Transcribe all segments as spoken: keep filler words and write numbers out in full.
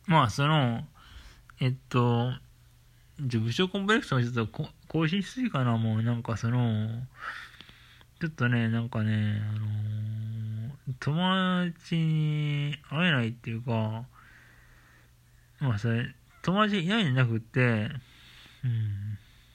まあそのえっとじゃ部長コンプレックスもちょっと更新しすぎかな。もうなんかそのちょっとねなんかねあのー、友達に会えないっていうか、まあそれ友達いないんじゃなくってうん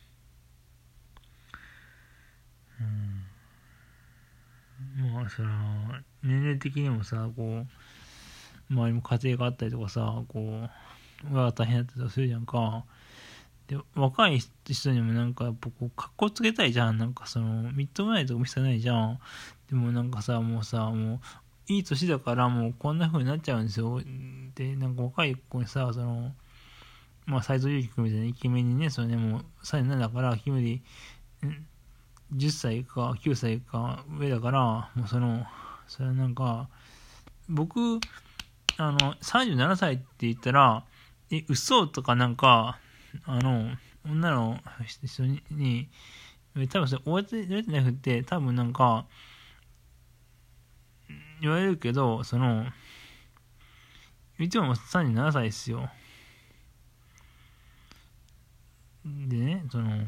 うんまあその年齢的にもさこう周りも家庭があったりとかさこう親が大変だったりとかするじゃんか。で若い人にもなんかやっぱこう格好つけたいじゃん。なんかそのみっともないとこ見せないじゃん。でもなんかさもうさもういい年だからもうこんな風になっちゃうんですよ。でなんか若い子にさそのまあ斎藤佑樹君みたいなイケメンにねそれねもうさんじゅうななだから君よりじゅっさいかきゅうさいか上だからもうそのそれはなんか僕あのさんじゅうななさいって言ったらえ嘘とかなんかあの女の人に多分それ終わって言われてなくて多分なんか言われるけどそのいつもさんじゅうななさいですよ。でねそのうん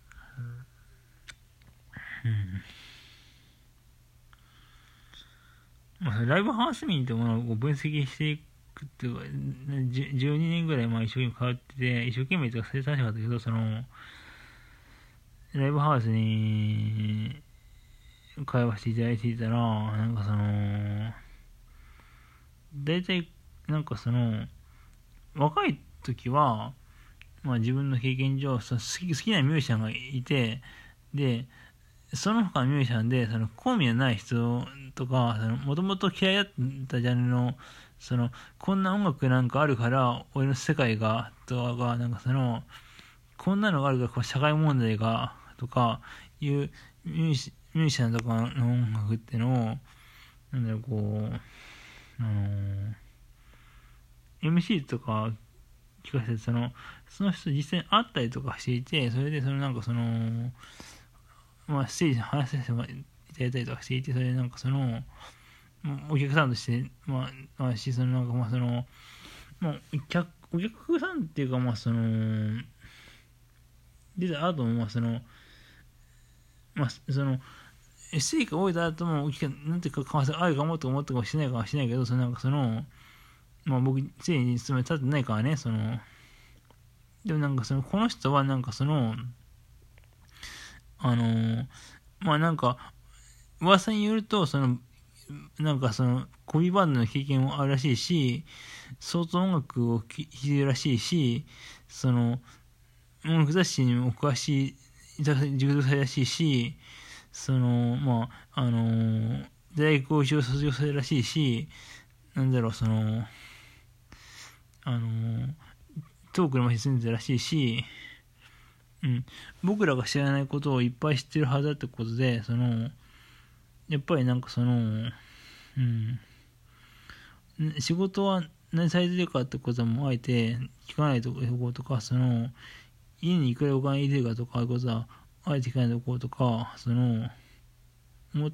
まあ、ライブハウス民ってものを分析していくっていうかじゅうにねんぐらいまあ一生懸命通ってて一生懸命とか生産者だったけどそのライブハウスに会話していただいていたらなんかその大体なんかその若い時はまあ自分の経験上その好き好きなミュージシャンがいてでその他のミュージシャンでその好みのない人とかもともと嫌いだったジャンルのそのこんな音楽なんかあるから俺の世界がとかがなんかそのこんなのがあるからこう社会問題がとかいうミュージミュージシャンとかの音楽っていうのをなんだろうこうあの エムシー とか聞かせてそのその人実際に会ったりとかしていてそれでそのなんかそのまあステージに話させていただいたりとかしていてそれでなんかそのお客さんとしてまあまあしそのなんかまあそのまあ客お客さんっていうかまあその出た後もまあそのまあその成果多いだともなんていうか可能性あるかもと思ってかもしれないかもしれないけどそのなんかそのまあ僕ついに勤め立ってないからねそのでもなんかそのこの人はなんかそのあのー、まあなんか噂によるとそのなんかそのコピーバンドの経験もあるらしいし相当音楽を聴いてるらしいしその音楽雑誌にもお詳しい熟読されらしいしそのまああのー、大学を一応卒業されるらしいしなんだろうそのあのー、トークの街に住んでたらしいし、うん、僕らが知らないことをいっぱい知ってるはずだってことでそのやっぱりなんかそのうん仕事は何されてるかってこともあえて聞かないところとかその家にいくらお金入れてるかとかいうことはあえて聞かないところとかその思って、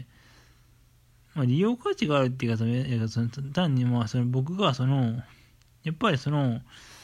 まあ、利用価値があるっていうかその単にまあその僕がそのやっぱりその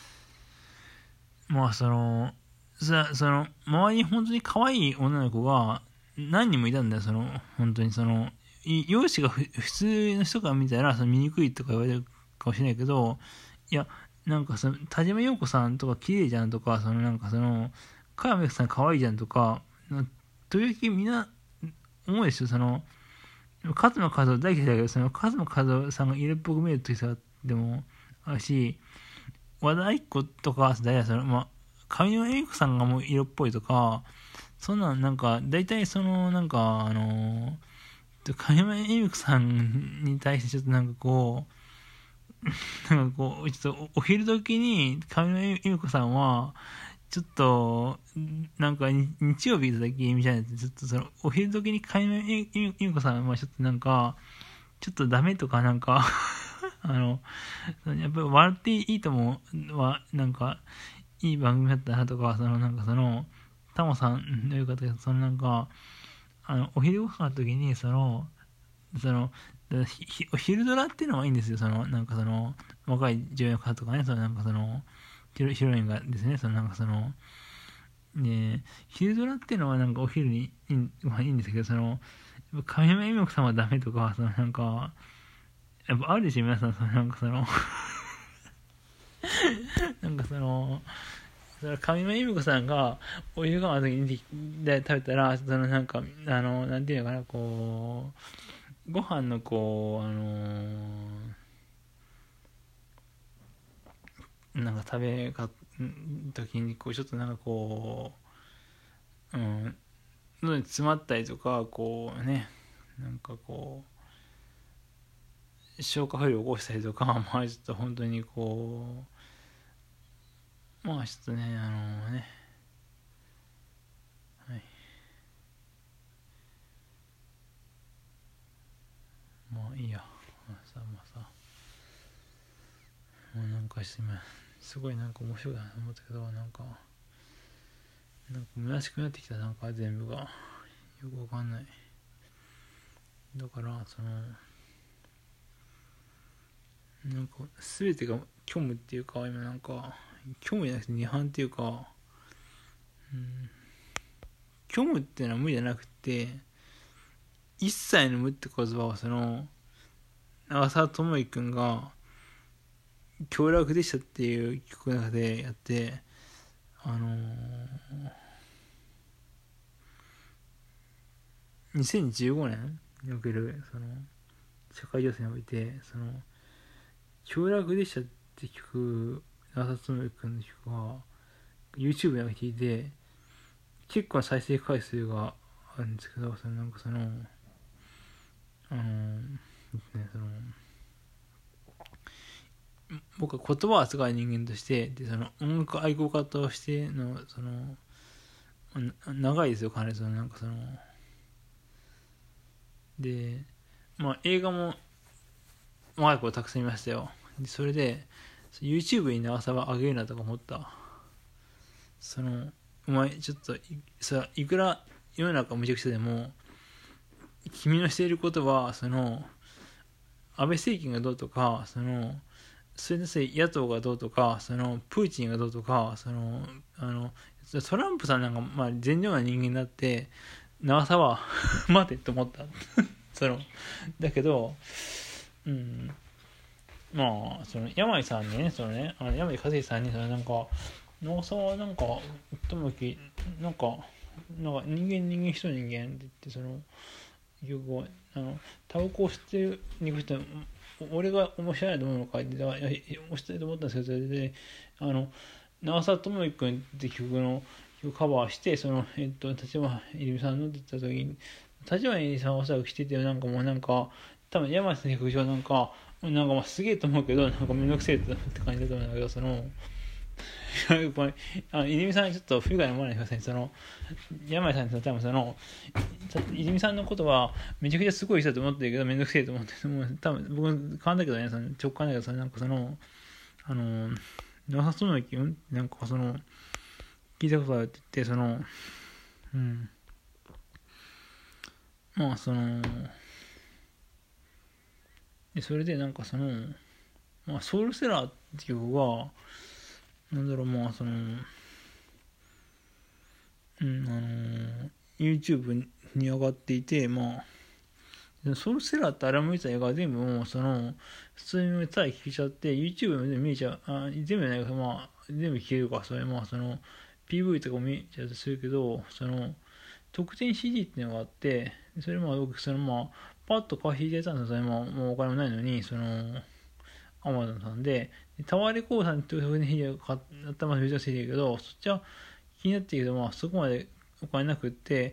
まあそのさその周りに本当に可愛い女の子が何人もいたんだよその本当にその容姿が普通の人から見たらその醜いとか言われるかもしれないけどいやなんかその田島陽子さんとか綺麗じゃんとかそのなんかその加山由紀さん可愛いじゃんとか時々みんな思うでしょその勝間和夫大嫌いだけどその勝間和夫さんが色っぽく見える時さでもあるし和田アキ子とか大体そのまあ上沼恵美子さんがもう色っぽいとかそんなんなんか大体そのなんかあの上沼恵美子さんに対してちょっとなんかこうなんかこうちょっとお昼時に上沼恵美子さんはちょっとなんか日曜日だけみたいなちょっとそのお昼時に上沼恵美子さんはちょっとなんかちょっとダメとかなんかあのやっぱり笑っていいともはなんかいい番組だったなとかそのなんかそのタモさんの言う方そのなんかあのお昼ご飯の時にそのその昼ドラっていうのはいいんですよそのなんかその若い女優の方とかね、そのなんかそのヒロ、ヒロインがですね、そのなんかその、ね、昼ドラっていうのはなんかお昼にいい、まあ、いいんですけど、その、上山恵美子さんはダメとか、そのなんか、やっぱあるでしょ、皆さん、そのなんかその、なんかその、その上山恵美子さんがお夕ご飯の時にで食べたら、そのなんか、あの、なんていうのかな、こう、ご飯のこう、あのー、なんか食べか、時に、こう、ちょっとなんかこう、うん、喉に詰まったりとか、こうね、なんかこう、消化不良を起こしたりとか、まあちょっと本当にこう、まあちょっとね、あのね、はい。まあいいや。まあさ、まあさ、もうなんかして今、すごいなんか面白いなと思ったけど、なんか、なんか虚しくなってきた、なんか全部が。よくわかんない。だから、その、なんか、すべてが虚無っていうか、今なんか、虚無じゃなくて二反っていうか、うん、虚無っていうのは無じゃなくて、一切の無って言葉は、その、長澤智之くんが、凶楽でしたっていう曲の中でやって、あのー、にせんじゅうごねんにおけるその社会情勢において、その凶楽でしたって曲、長澤智之くんの曲は YouTube で聴いて結構再生回数があるんですけど、そのなんかそのあのー、ね、その僕は言葉を扱う人間として、でその音楽愛好家としてのその長いですよ、かなり。そのなんかそので、まあ映画も若い子たくさんいましたよ。でそれで YouTube に長さは上げるなとか思った。そのお前ちょっとさ、いくら世の中むちゃくちゃでも君のしていることは、その安倍政権がどうとか、そのそれでさ、野党がどうとか、そのプーチンがどうとか、そのあのトランプさんなんか、まあ、善良な人間だって長さは待てと思ったそのだけど、うん、まあその山井さんにね、そのね、あの山井和之さんにそのなんか長さはなんか友樹なんかなんか人間人間人人間って言って、その結構あのタバコを吸ってる人間俺が面白いと思うのかって、だから面白いと思ったんですけど、それであの長澤智之君って曲のカバーして、そのえっと立花いりみさんのって言った時に、立花いりみさんはおそらくしてて、なんかもうなんか多分山瀬の曲上なんかなんかまあすげえと思うけど、なんかめんどくせえって感じだと思うんだけど、そのあの泉さんちょっと不愉快に思わないでください。その山井さんって多分その泉さんのことはめちゃくちゃすごい人だと思ってるけど、めんどくせえと思ってる。もう多分僕勘だけどね、その直感だけど、そのなんかそのあのなさそうな気分なんかその聞いたことあるって言って、そのうんまあそのでそれでなんかそのまあソウルセラーっていう曲がなんだろう、まあそのうんあの YouTube に上がっていて、まあソウルセラーってあれも見た映画全部もうその普通にただ聞いちゃって YouTube で見えちゃう、あ全部じゃないけど、まあ全部聞けるか、それまあその ピーブイ とかも見えちゃうとするけど、その特典 シーディー っていうのがあって、それまあ僕そのまあパッと買い引いてたんですよ。それまあもうお金もないのに、そのアマゾンさんでタワーレコードさんっていう特典 シーディー を買ったまま珍しいけど、そっちは気になってるけど、まあそこまでお金なくって、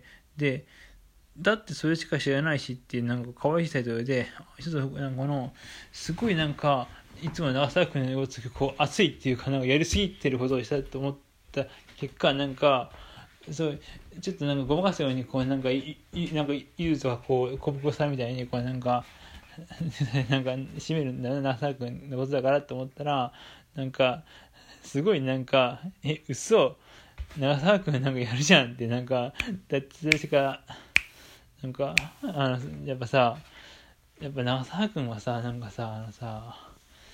でだってそれしか知らないしっていうなんか可愛いサイトでちょっとなんかこのすごいなんかいつも長澤君の様子がこう熱いっていうか、なんかやりすぎてることをしたと思った結果、なんかそうちょっとなんかごまかすようにこうなんかいいなんかユーズがこう小袋さんみたいにこうなんかなんか締めるんだな長澤君のことだからと思ったら、なんかすごいなんかえ嘘長澤君なんかやるじゃんって、なんかだってそれしかなんかあのやっぱさやっぱ長澤君はさなんかさあのさ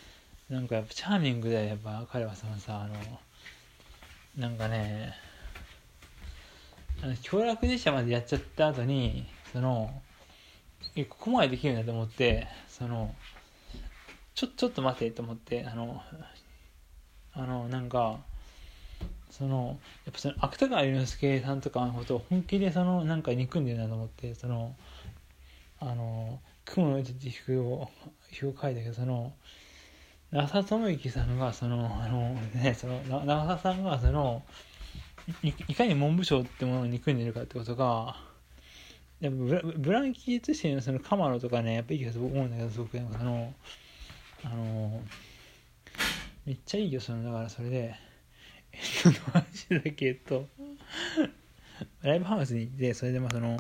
なんかやっぱチャーミングでやっぱ彼はそのさ、あのなんかね、あの凶楽列車までやっちゃった後にそのえここまでできるんだと思って、そのちょちょっと待てと思って、あのあのなんかそのやっぱその芥川龍之介さんとかのことを本気でそのなんか憎んでるなと思って、そのあの雲の糸っていう曲を書いたけど、その長澤智之さんがそのあのねその長澤さんがその い, いかに文部省ってものを憎んでるかってことが、やっぱブラブランキー通信のそのカマロとかね、やっぱいい気がする思うんだけど、すごくなんかそのあのめっちゃいいよ、そのだからそれでえっとマジだけどライブハウスに行って、それでまあその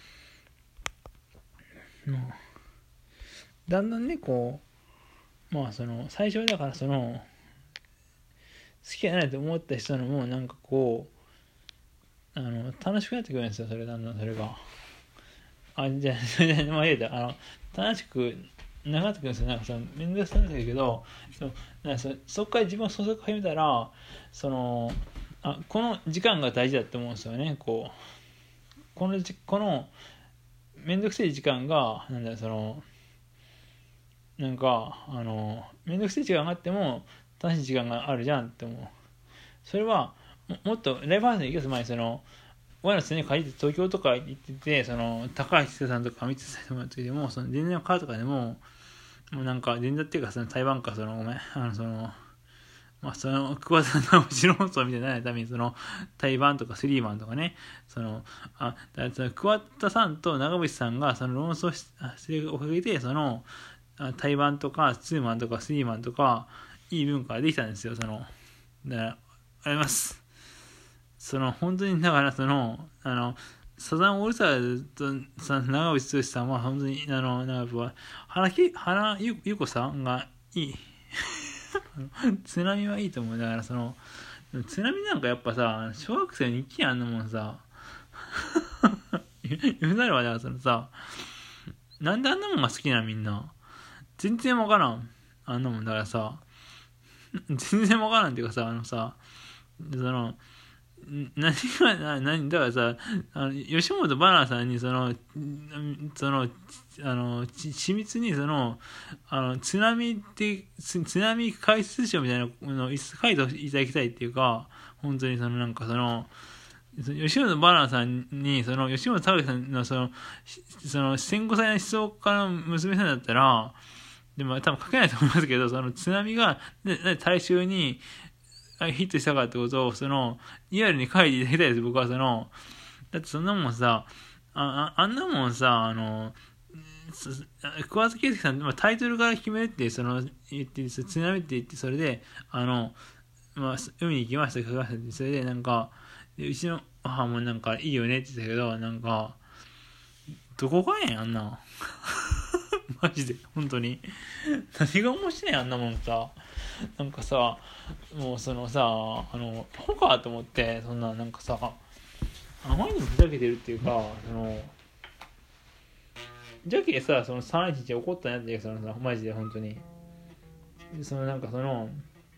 のだんだんねこうまあその最初だからその好きじゃないと思った人のもなんかこうあの楽しくなってくるんですよ、それだんだんそれがあじゃあそれでまあ言うとあの楽しくなくなってくるんですよ。なんかその面倒くさいんだけど、そなんか そ, そこから自分を注ぎ始めたら、そのあこの時間が大事だって思うんですよね。こうこのじこの面倒くさい時間がなんだそのなんかあの面倒くさい時間があっても楽しい時間があるじゃんって思う。それは も, もっとライブハウスに行く前にその親の常に借りて東京とか行ってて、その高橋さんとか見てた時でもその全然カーとかでももうなんか全然っていうかその台湾かそのごめんあのそのまあその桑田さんの素人みたいなためにその対バンとかスリーマンとかね、そのあだからその桑田さんと長渕さんがその論争してるおかげでその対バンとかツーマンとかスリーマンとかいい文化ができたんですよ。そのだからありますその本当にだからそのあのサザンオールスターズと長渕剛さんは本当にあのなんか原原優子さんがいい津波はいいと思う。だからその津波なんかやっぱさ小学生に日記あんなもんさ言うなればだからそのさなんであんなもんが好きなみんな全然わからんあんなもんだからさ全然わからんっていうかさあのさその何が何だからさあの吉本ばなさんにそのそのあの緻密にそのあの津波って津波解説書みたいなのを一冊書いていただきたいっていうか、本当にそのなんかその吉本ばなさんにその吉本隆さんのそのその戦後祭の思想家の娘さんだったらでも多分書けないと思いますけど、その津波が大衆にヒットしたかってことをそのリアルに書いていただきたいです。僕はそのだってそんなもんさ あ, あ, あんなもんさあの桑田佳祐さんタイトルから決めるってその言って津波って言ってそれであの、まあ、海に行きました書きましたってそれでなんかでうちの母もなんかいいよねって言ってたけど、なんかどこがやんあんなマジで本当に何が面白いあんなもんさ、なんかさもうそのさあのポカーと思って、そんななんかさあまりにもふざけてるっていうか、そのじゃけさそのさんいちいち怒ったんやってそのさマジで本当にそのなんかその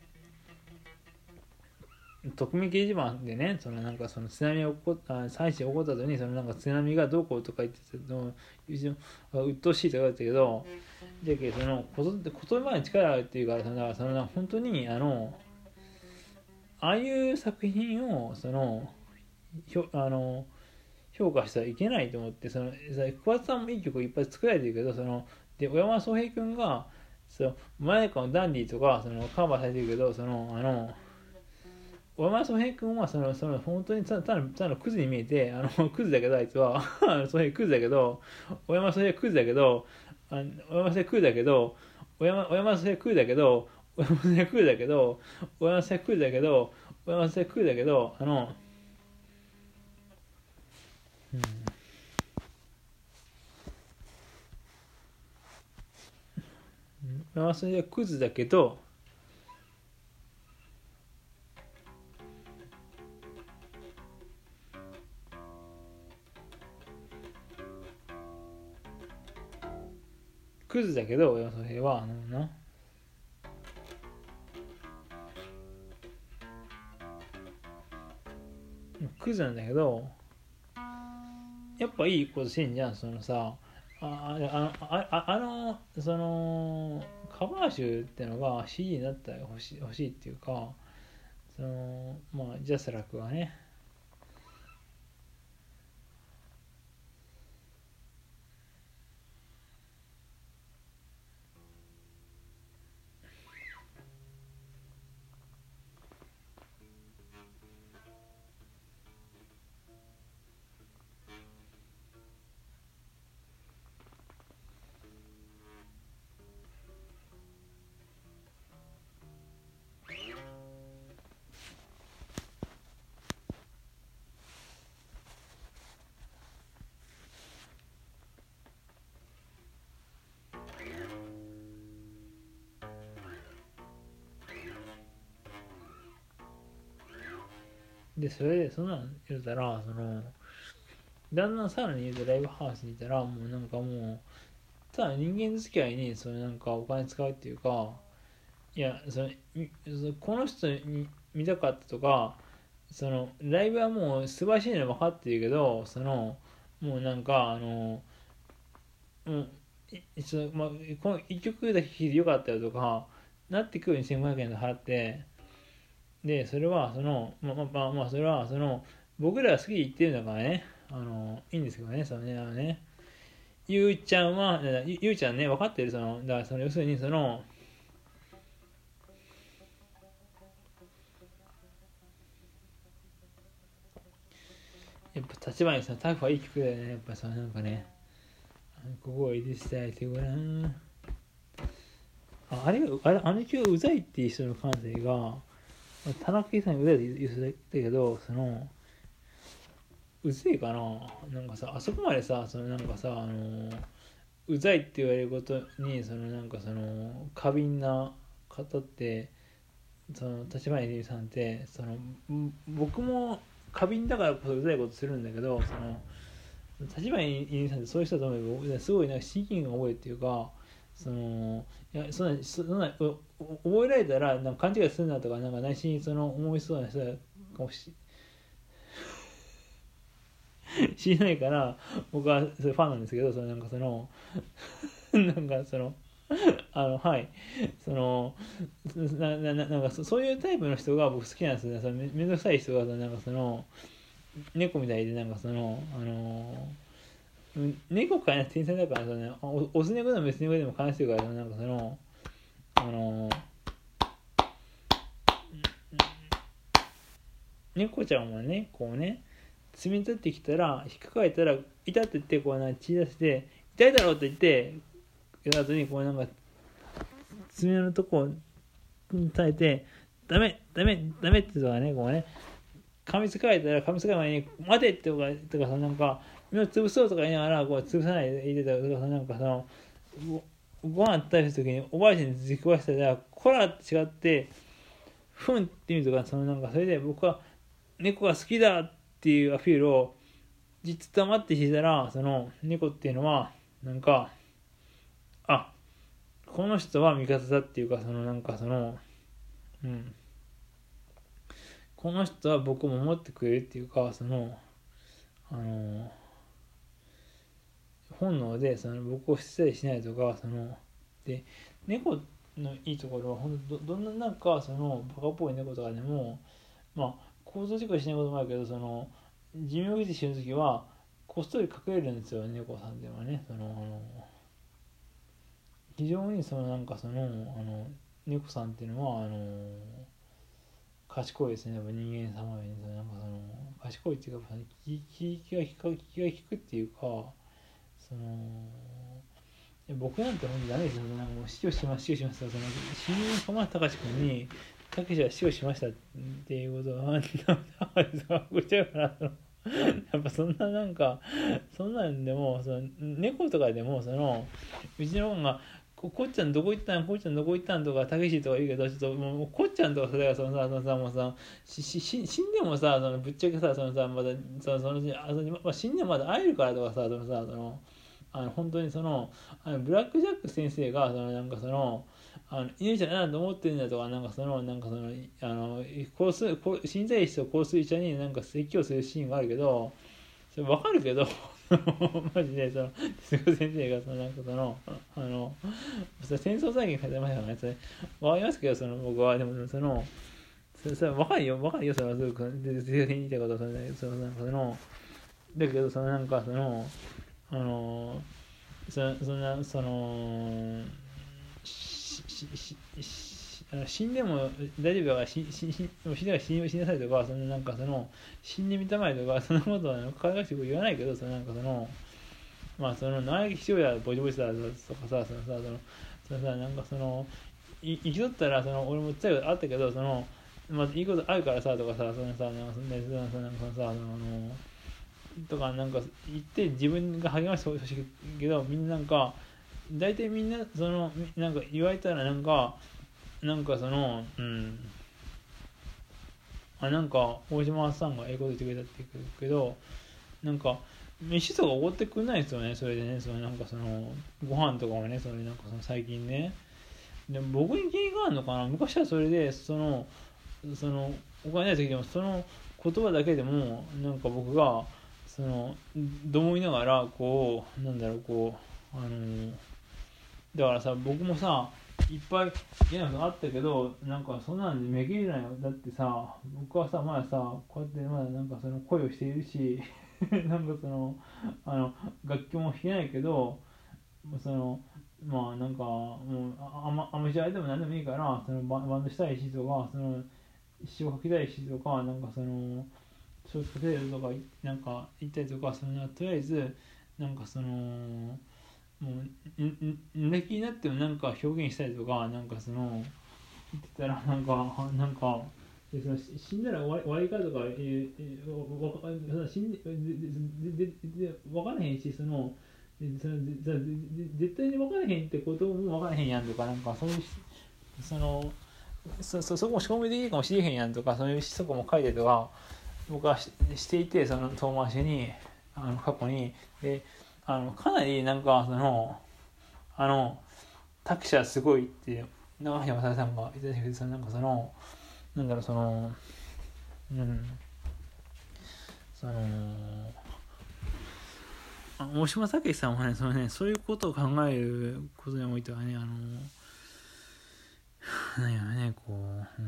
匿名掲示板でね、そのなんかその津波が起こったさんいちいち起こった後にそのなんか津波がどうこうとか言ってたのうっとうしいとか言ったけど、じゃけその言葉に力があるっていうからそのだからその本当にあのああいう作品をそのひょあの評価してはいけないと思って、その桑田さんもいい曲をいっぱい作られてるけど、そので小山宗平君がその前からのダンディとかそのカバーされてるけど、そのあの小山宗平君はそのその本当にただただのクズに見えて、あのクズだけどあいつはそういうクズだけど小山宗平クズだけどあ小山宗平クズだけど小山小山宗平クズだけど小山宗平クズだけど小山宗平クズだけど小山宗平クズだけどあのうんまあそれはクズだけどクズだけどそれはあのなクズなんだけど、やっぱいいことしてんじゃん。そのさ、あああああのそのカバー集ってのが シーディー になったら欲しい欲しいっていうか、そのまあジャスラックがね。でそれでそんなん言うたら、そのだんだんさらに言うとライブハウスにいたら、もうなんかもうただ人間付き合いにそのなんかお金使うっていうか、いやそのこの人に見たかったとか、そのライブはもう素晴らしいの分かってるけど、そのもうなんかあのもうその、まあ、このいっきょくだけ聴いてよかったよとかなってくるにせんごひゃくえんで払って、でそれはそのまあまあまあ、まあ、それはその僕らが好きで言ってるんだからね、あのいいんですけどね、そのねあのねゆうちゃんはゆゆうちゃんね分かってる、そのだからその要するにそのやっぱ立場にさタフはいい曲だよね、やっぱさなんかね、ここを入れてたいってごらん、ああれあれあの曲うざいっていう人の感性が田中圭さんにうざいって言ってたけど、そのうぜえかな、なんかさあそこまでさそのなんかさあのうざいって言われることにそのなんかその過敏な方って、その立花泉さんってその僕も過敏だからこそうざいことするんだけど、その立花泉さんってそういう人だと思えばすごいなんか親近感が覚えっていうか、そのいやそんなそんな覚えられたらなんか勘違いするなとかなんか内心にその思いそうな人かもし知らないから僕はそれファンなんですけど、そのなんかそのなんかそのあのはいそのななななんかそういうタイプの人が僕好きなんですよね。その め, めんどくさい人がなんかその猫みたいでなんかそのあの猫飼いなくて天才だからその、ね、おオス猫でもメス猫でも飼いしてるから、なんかそのあの猫ちゃんはねこうね爪に立ってきたら引っかかえたら痛って言ってこうなんか血出して痛いだろうって言って後にこうなんか爪のとこに耐えてダメダメダメってとかねこうね噛みつかれたら噛みつかる前に待てってとかとかさなんか目を潰そうとか言いながらこう潰さないで言ってたとかさなんかそのご飯食べる時におばあちゃんにずっこわしたらコラって違ってふんって意味とかそのなんかそれで僕は猫が好きだっていうアピールを実黙ってしてたら、その猫っていうのはなんかあこの人は味方だっていうか、そのなんかそのうんこの人は僕を守ってくれるっていうか、そのあの本能でその僕を捨てたりしないとか、そので猫のいいところは本当 ど, どんななんかそのバカっぽい猫とかでもまあ交通事故しないこともあるけど、その寿命維持してるときはこっそり隠れるんですよ、猫さんっていうのはね。そのあの非常にそのなんかそのあの猫さんっていうのはあの賢いですね、やっぱ人間様よりなんかその賢いっていうか気気が利く気が利くっていうか、その僕なんて本当にダメですよ。なんかもう死去します死去しました。その親友の浜田隆君にたけしは死去しましたっていうことはダメですかこっちゃうからそのやっぱそんななんかそんなんでもその猫とかでもそのうちの子がここっちゃんどこ行ったんこっちゃんどこ行ったんとかたけしとか言うけど、ちょっともうこっちゃんとかそれがそのさそのさもうさししし死んでもさそのぶっちゃけさそのさまだそのそのあその、まあ、死んでもまだ会えるからとかさそのさそのあの本当にそのあのブラック・ジャック先生がそのなんかそのあの命だなと思ってるんだとか、なんかそのなんかそのあの香水心臓石と香水茶になんか説教するシーンがあるけど、それ分かるけどマジでその哲学先生がそのなんかそのあの戦争再現されましたからね、それ分かりますけど、その僕はでもそのそれそれ分かるよ分かるよ、それはすごく哲学先生に言いたいことはそれそのなんかそのだけどそのなんかそのあのそそんなそのしししし死んでも大丈夫だから死死死死んだら死に死になさいとか、そのなんかその死んでみたまえとかそのことは考えて言わないけど、そのなんかそのまあその長生きしようやぼちぼちだとかさ、そのさそのそのさなんかそのい生きとったらその俺も伝えことあったけど、そのまあいいことあるからさとかさ、そのさなんかそのねそのさなんかさそのあのとかなんか言って自分が励ましてほしいけど、みんななんか大体みんなそのなんか言われたらなんかなんかそのうんあなんか大島さんがええこと言ってくれたって言うけど、なんか飯とかおごってくんないですよね。それでね、そのなんかそのご飯とかもね、それなんかその最近ね、でも僕に気があるのかな、昔はそれでそのそのお金ない時でもその言葉だけでもなんか僕がそのどう思いながらこうなんだろうこうあのだからさ僕もさいっぱい嫌なことあったけど、なんかそんなんでめげれないよ。だってさ僕はさまださこうやってまだなんかその恋をしているしなんかそのあの楽器も弾けないけど、そのまあなんかもうあまアマチュアでも何でもいいからそのババンドしたいしとか、その詩を書きたいしとか、なんかその小説書きたいとかなんか言ったりとか、そのとりあえずなんかそのもう寝気になってもなんか表現したりとか、なんかその言ってたらなんかなんかでその死んだら終わり終わりかとか、えー、えー、わか死んででででで分からへんし、そのその絶対に分からへんってことも分からへんやんとか、なんかそういうそのそそそこも証明できるかもしれへんやんとか、そういうそこも書いてとか僕は し, していて、その遠回しにあの過去にであのかなりなんかそのあの作者すごいって長嶋さんが言ってたけど、なんかそのなんだろうそのうんその大島武さんはね、そのねそういうことを考えることにおいてはね、あのなんやねこう、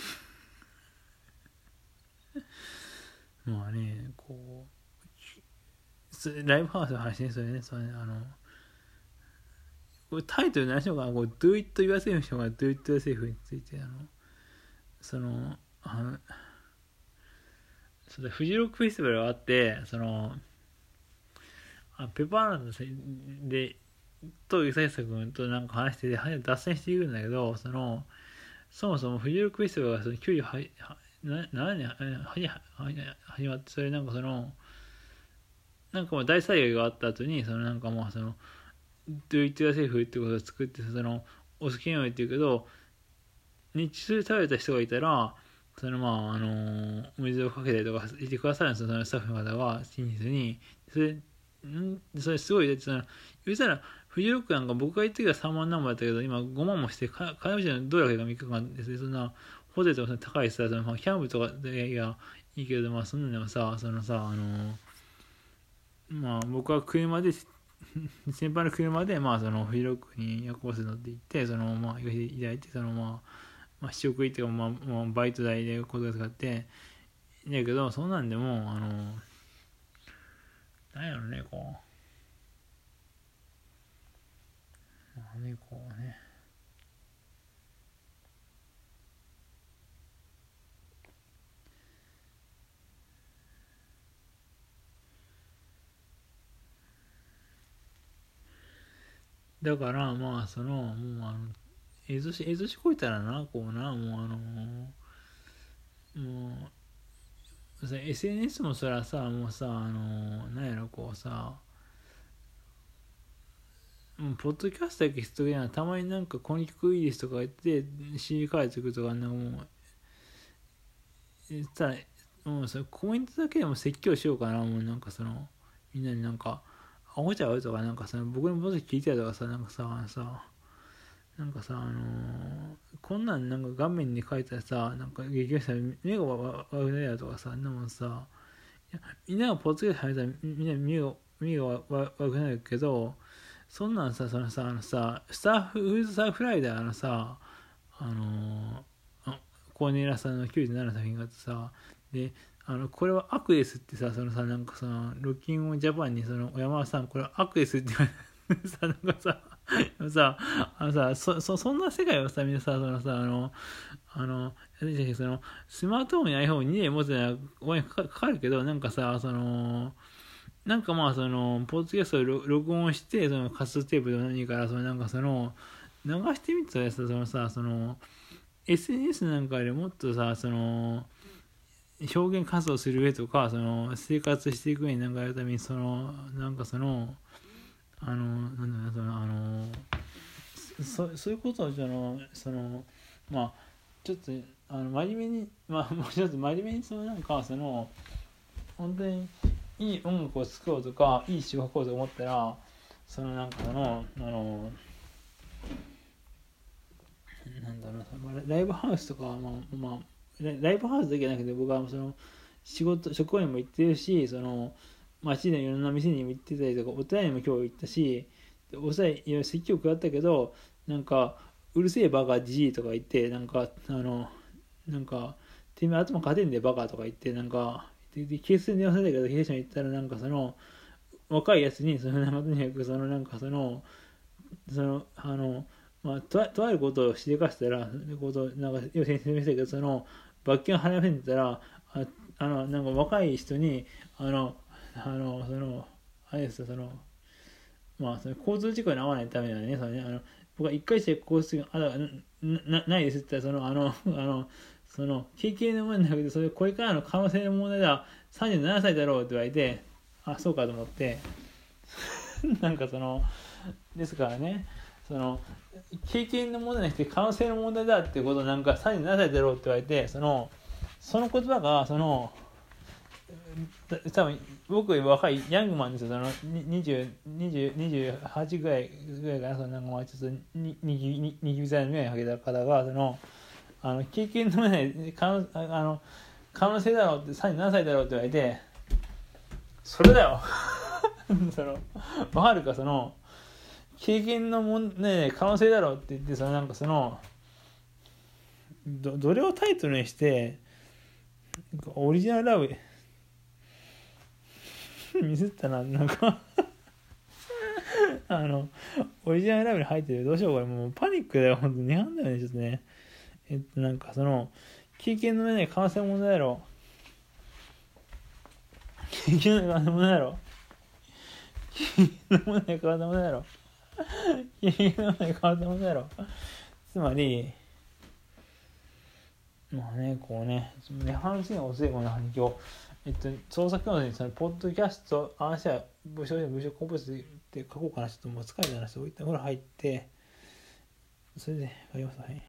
うん、まあねこうライブハウスの話ね、それね、それねあのこれタイトル何しようかな、こう Do It Yourself にしようかな、Do It Yourself について、あのそのあのそれフジロックフェスティバルがあって、そのあペパーランドでと宇佐久君となんか話してて脱線していくんだけど、そのそもそもフジロックフェスティバルがそのきゅうじゅうはちな何年始まって、それなんかそのなんかもう大災害があった後にそのなんかまあその Do It Yourself ってことを作って、そのお好きなようにって言うけど、日中食べた人がいたらそのまああのお水をかけたりとかしてくださるんですよ、そのスタッフの方が真実に。それんそれすごい、だってその言うたらフジロックなんか僕が行ってからさんまん何本やったけど今ごまんもして、金持ちのどうやけがみっかかんですね。そんなホテルとかその高いさ、その、まあ、キャンプとかでいやいいけど、まあそんなのでもさ、そのさあのまあ僕は車で先輩の車でまあそのフジロックに夜行性乗って行って、そのまあ行かせていただいて、そのまあまあ試食費っていうか、まあ、まあ、バイト代でことを使ってだけど、そんなんでもあのなんやろねこうまあねこうねだからまあそのもうあのえずしえずしこいたらなこうなもうあのもう エスエヌエス もそらさもうさあのなんやろこうさもうポッドキャストだけしとけな、たまになんかこの曲いいですとか言って シーディー 返ってくるとか、なんかもう言ったらもうそれコメントだけでも説教しようかな、もうなんかそのみんなになんかアホちゃうとか、なんかその僕のこと聞いてたとかさ、なんかささなんかさ、あのー、こんなんなんか画面に書いたらさ、なんか激したら目が悪くなるやとかさ、あんなもんさ、いやみんながポッドキャスト始めたらみんな目が目が悪くなるけど、そんなんさ、そのさ、あのさ、スタッフ、フードスタッフライダーのさ、あのー、コーネラさんのきゅうじゅうななの作品があってさ、で、あのこれは悪ですってさ、そのさ、なんかそのロッキングジャパンにその小山田さん、これは悪ですって言われてさ、なんかさ、さあのさ、そそそんな世界をさ、みんなさ、そのさ、あの、あの、そのスマートフォンや iPhone にねん持つのはお金かかるけど、なんかさ、その、なんかまあ、その、ポッドキャストを録音して、そのカステープでも何から、そのなんかその、流してみたらさ、そのさ、その、エスエヌエス なんかよりもっとさ、その、表現活動する上とか、その、生活していく上になんかやるために、その、なんかその、あの、なんだろう、その、あの、そそういうことを、その、その、まあ、ちょっと、あの、真面目に、まあ、もうちょっと真面目に、その、なんか、その、本当に、いい音楽を作ろうとか、いい詩を書こうと思ったら、そのなんかの、あの、なんだろうな、ライブハウスとか、まあ、まあ、ライブハウスだけじゃなくて、僕はその、仕事、職場にも行ってるし、その、街でいろんな店にも行ってたりとか、お寺にも今日行ったし、おさえ、いろいろ説教食らったけど、なんか、うるせえバカじじいとか言って、なんか、あの、なんか、てめえ頭勝てんでバカとか言って、なんか、で、で警察に電話されたけど、警察に行ったら、なんかその、若いやつに、その、なんかとにかく、その、なんかその、その、あの、まあ、ととあることをしでかしたら、ことなんか、要するに説明したけど、その、罰金を払い始めたら、あ、あの、なんか若い人に、あの、あの、その、あれですよ、その、まあ、その交通事故に遭わないためにはね、そのね、あの、僕は一回して交通事故がなないですって言ったら、その、あの、あの、その、経験の問題じゃなくて、それ、これからの可能性の問題だ、さんじゅうななさいだろうって言われて、あ、そうかと思って、なんかその、ですからね、その、経験の問題じゃなくて可能性の問題だってことをなんかさんじゅうななさいだろうって言われて、その、その言葉が、その、多分僕より若いヤングマンですよ、そのにじゅう、にじゅう、にじゅうはちぐらいぐらいかな、そのなんかまあちょっとにににぎざいの目をかけた方が、その、あの経験のない可能あの可能性だろうってさんじゅうななさいだろうって言われて、それだよそのわかるか、その経験のもんね可能性だろうって言って、そのなんかその ど, どれをタイトルにしてオリジナルラブミスったな、なんかあのオリジナルラブに入ってる、どうしようこれ、もうパニックだよ、本当に違反だよね、ちょっとね。えっとなんかその経験のない可能性の問題だろう、経験の可能性の問題だろう、経験の問題可能性の問題だろう、経験のない可能性の問題だろう。つまりまあね、こうね、ね、話が遅いこの反響、えっと、創作用にそのポッドキャスト、あの人は部署で部署コンポーズで書こうかな、ちょっともう疲れたな、そういった風呂入って、それで書きます。はい。